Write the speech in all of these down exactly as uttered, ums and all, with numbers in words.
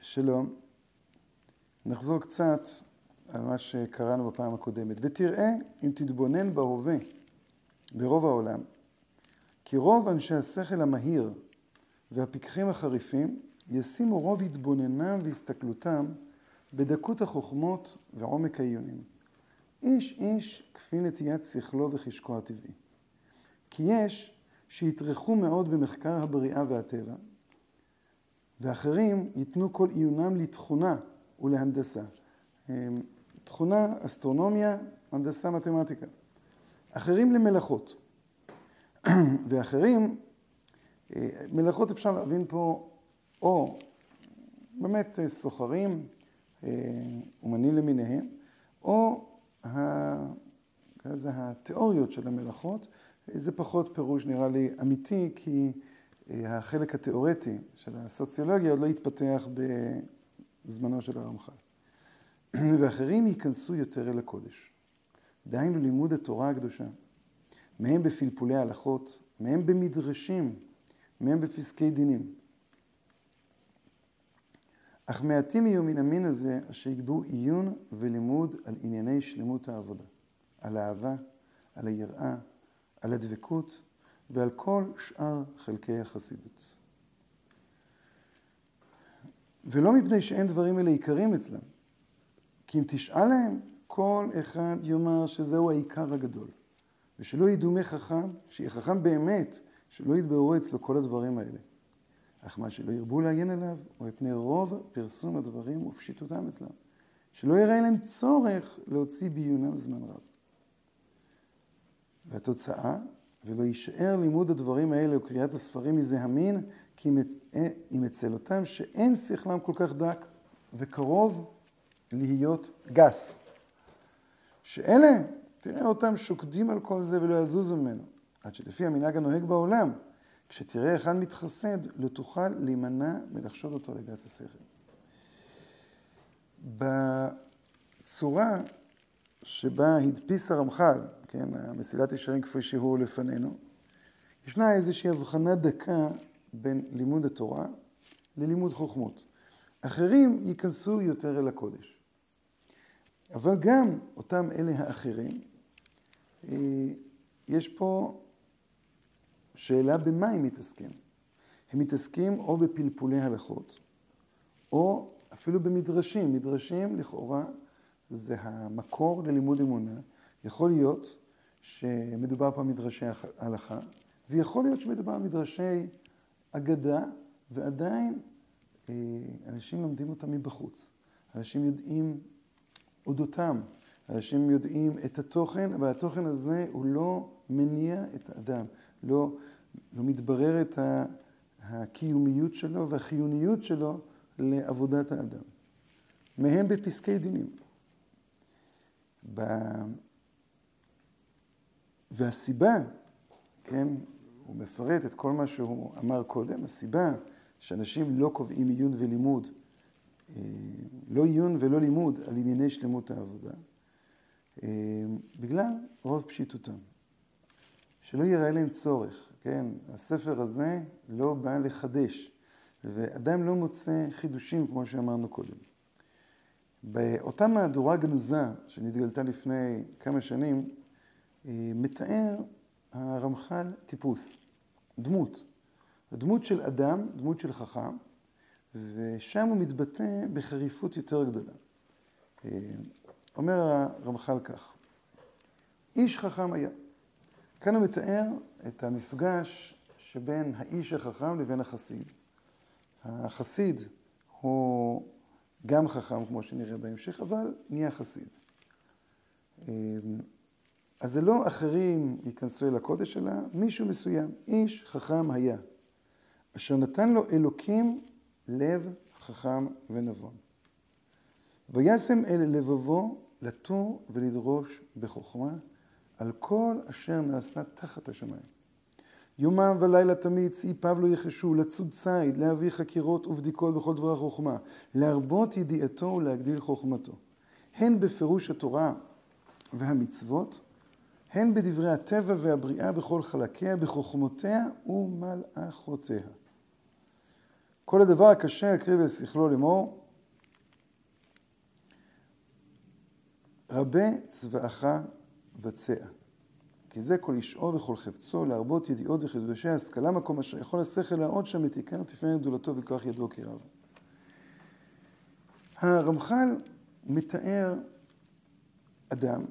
שלום, נחזור קצת על מה שקראנו בפעם הקודמת, ותראה אם תתבונן בהווה, ברוב העולם, כי רוב אנשי השכל המהיר והפיקחים החריפים ישימו רוב התבוננם והסתכלותם בדקות החוכמות ועומק העיונים. איש איש כפי נטיית שכלו וחשקו הטבעי. כי יש שיתרחו מאוד במחקר הבריאה והטבע, ואחרים ייתנו כל עיונם לתכונה ולהנדסה. תכונה, אסטרונומיה, הנדסה, מתמטיקה. אחרים למלאכות. ואחרים, מלאכות אפשר להבין פה, או באמת סוחרים, אומנים למיניהם, או התיאוריות של המלאכות. זה פחות פירוש נראה לי אמיתי, כי החלק התיאורטי של הסוציולוגיה עוד לא התפתח בזמנו של הרמח"ל. ואחרים ייכנסו יותר אל הקודש. דהיינו לימוד התורה הקדושה. מהם בפלפולי הלכות, מהם במדרשים, מהם בפסקי דינים. אך מעטים יהיו מן המין הזה אשר יקבעו עיון ולימוד על ענייני שלמות העבודה. על האהבה, על היראה, על הדבקות ועל כל שאר חלקי החסידות. ולא מפני שאין דברים אלה עיקרים אצלם, כי אם תשאל להם, כל אחד יאמר שזהו העיקר הגדול. ושלא ידומה חכם, שיהיה חכם באמת, שלא יתבררו אצלו כל הדברים האלה. אך מה שלא ירבו לעיין עליו, או מפני רוב פרסום הדברים ופשיטותם אצלם. שלא יראה להם צורך להוציא בעיונם זמן רב. והתוצאה, ולא יישאר לימוד הדברים האלה או קריאת הספרים מזה המין, כי אם אצל אותם שאין שכלם כל כך דק וקרוב להיות גס. שאלה, תראה אותם שוקדים על כל זה ולא יזוזו ממנו. עד שלפי המנהג הנוהג בעולם, כשתראה אחד מתחסד, לא תוכל להימנע מלחשוד אותו לגס השכל. בצורה שבה הדפיס הרמח"ל, כן, המסילת ישרים כפי שהוא לפנינו, ישנה איזושהי הבחנה דקה בין לימוד התורה ללימוד חוכמות. אחרים ייכנסו יותר אל הקודש. אבל גם אותם אלה האחרים, יש פה שאלה במה הם מתעסקים. הם מתעסקים או בפלפולי הלכות, או אפילו במדרשים. מדרשים לכאורה זה המקור ללימוד אמונה. יכול להיות שמדובר פה מדרשי הלכה, ויכול להיות שמדובר מדרשי אגדה, ועדיין אנשים לומדים אותם מבחוץ. אנשים יודעים אודותם, אנשים יודעים את התוכן, אבל התוכן הזה הוא לא מניע את האדם, לא, לא מתברר את הקיומיות שלו והחיוניות שלו לעבודת האדם. מהם בפסקי דינים. ב... והסיבה, כן, הוא מפרט את כל מה שהוא אמר קודם, הסיבה שאנשים לא קובעים עיון ולימוד, לא עיון ולא לימוד על ענייני שלמות העבודה, בגלל רוב פשיטותם. שלא יראה להם צורך, כן, הספר הזה לא בא לחדש, ואדם לא מוצא חידושים כמו שאמרנו קודם. באותה מהדורה גנוזה שנתגלתה לפני כמה שנים, מתאר הרמח"ל טיפוס, דמות. דמות של אדם, דמות של חכם, ושם הוא מתבטא בחריפות יותר גדולה. אומר הרמח"ל כך, איש חכם היה. כאן הוא מתאר את המפגש שבין האיש החכם לבין החסיד. החסיד הוא גם חכם, כמו שנראה בהמשך, אבל נהיה חסיד. אז זה לא אחרים ייכנסו אל הקודש, אלא מישהו מסוים, איש חכם היה, אשר נתן לו אלוקים לב חכם ונבון. וישם אל לבבו לתור ולדרוש בחוכמה על כל אשר נעשה תחת השמיים. יומם ולילה תמיד צעיפיו לא יחשו, לצוד ציד, להביא חקירות ובדיקות בכל דבר חוכמה, להרבות ידיעתו ולהגדיל חוכמתו. הן בפירוש התורה והמצוות, הן בדברי הטבע והבריאה בכל חלקיה, בחוכמותיה ומלאכותיה. כל הדבר הקשה יקריב אל שכלו לאמור, רבה צבאך בצע. כי זה כל אישו וכל חפצו, להרבות ידיעות וחידושי השכלה, מקום אשר יכול השכל להראות שם את עיקר תפארת גדולתו וכוח ידו כי רב. הרמח"ל מתאר אדם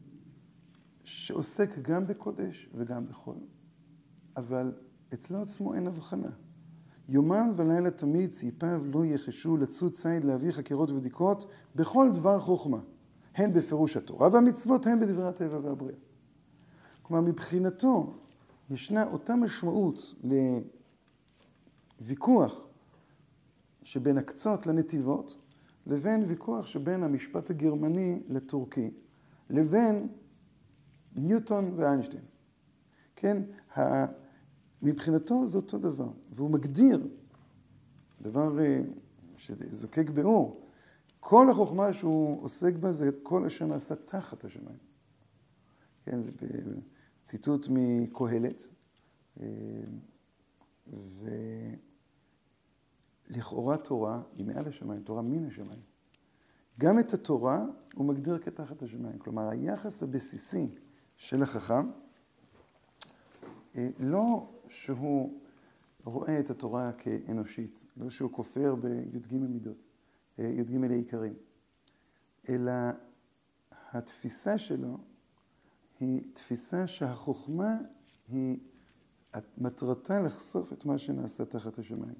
שעוסק גם בקודש וגם בחול, אבל אצלו עצמו אין הבחנה. יומם ולילה תמיד ציפיו לא יחשו לצוד ציד להביא חקירות ובדיקות בכל דבר חוכמה, הן בפירוש התורה והמצוות, הן בדברי הטבע והבריאה. כלומר, מבחינתו ישנה אותה משמעות לוויכוח שבין הקצות לנתיבות, לבין ויכוח שבין המשפט הגרמני לטורקי, לבין ניוטון ואיינשטיין. כן, מבחינתו זה אותו דבר, והוא מגדיר דבר שזוקק באור. כל החוכמה שהוא עוסק בה זה כל אשר נעשה תחת השמיים. כן, זה ציטוט מקהלת, ולכאורה תורה היא מעל השמיים, תורה מן השמיים. גם את התורה הוא מגדיר כתחת השמיים. כלומר, היחס הבסיסי של החכם, לא שהוא רואה את התורה כאנושית, לא שהוא כופר בי"ג מידות, י"ג העיקרים, אלא התפיסה שלו היא תפיסה שהחוכמה היא מטרתה לחשוף את מה שנעשה תחת השמיים.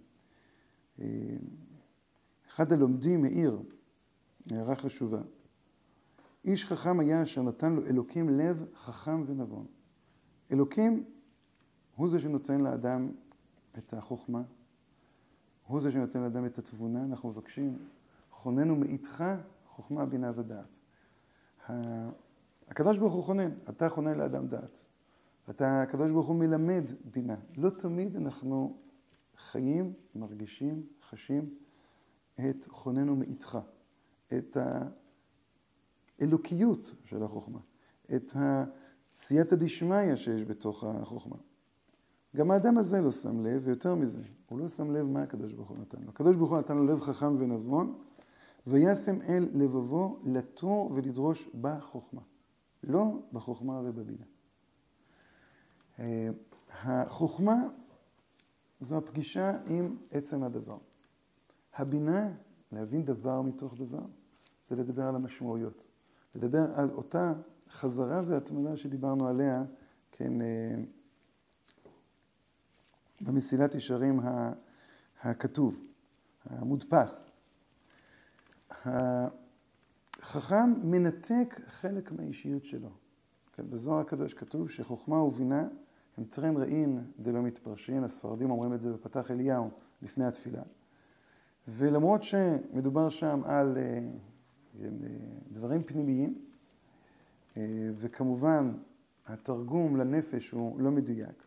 אחד הלומדים העיר, הערה חשובה, איש חכם היה אשר נתן לו אלוקים לב חכם ונבון. אלוקים הוא זה שנותן לאדם את החוכמה, הוא זה שנותן לאדם את התבונה. אנחנו מבקשים, חוננו מאיתך חוכמה, בינה ודעת. הקדוש ברוך הוא חונן, אתה חונן לאדם דעת. אתה, הקדוש ברוך הוא מלמד בינה. לא תמיד אנחנו חיים, מרגישים, חשים את חוננו מאיתך, את האלוקיות של החוכמה, את הסייעתא דשמיא שיש בתוך החוכמה. גם האדם הזה לא שם לב, ויותר מזה, הוא לא שם לב מה הקדוש ברוך הוא נתן לו. הקדוש ברוך הוא נתן לו לב חכם ונבון, וישם אל לבבו לתור ולדרוש בחוכמה. לא בחוכמה ובבינה. החוכמה זו הפגישה עם עצם הדבר. הבינה, להבין דבר מתוך דבר, זה לדבר על המשמעויות. לדבר על אותה חזרה והתמדה שדיברנו עליה, כן, במסילת ישרים הכתוב, המודפס. החכם מנתק חלק מהאישיות שלו. כן, בזוהר הקדוש כתוב שחוכמה ובינה הם טרן רעין דלא מתפרשין. הספרדים אומרים את זה בפתח אליהו לפני התפילה. ולמרות שמדובר שם על דברים פנימיים, וכמובן התרגום לנפש הוא לא מדויק,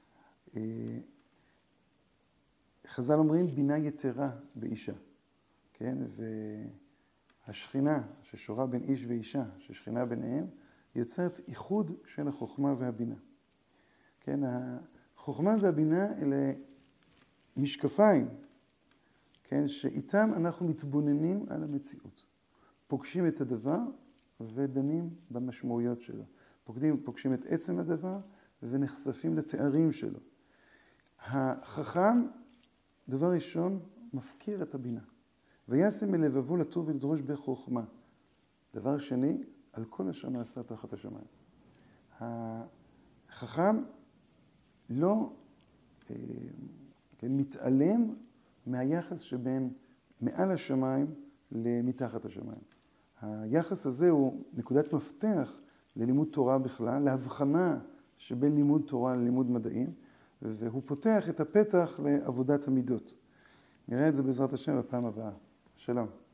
חז"ל אומרים בינה יתרה באישה, כן? והשכינה ששורה בין איש ואישה, ששכינה ביניהם, יוצרת איחוד של החוכמה והבינה. כן? החוכמה והבינה אלה משקפיים, כן? שאיתם אנחנו מתבוננים על המציאות. פוגשים את הדבר ודנים במשמעויות שלו. פוגשים, פוגשים את עצם הדבר ונחשפים לתארים שלו. החכם, דבר ראשון, מפקיר את הבינה. וישם אל לבבו לתור ולדרוש בחוכמה. דבר שני, על כל אשר נעשה תחת השמיים. החכם לא אה, כן, מתעלם מהיחס שבין מעל השמיים למתחת השמיים. היחס הזה הוא נקודת מפתח ללימוד תורה בכלל, להבחנה שבין לימוד תורה ללימוד מדעים, והוא פותח את הפתח לעבודת המידות. נראה את זה בעזרת השם בפעם הבאה. שלום.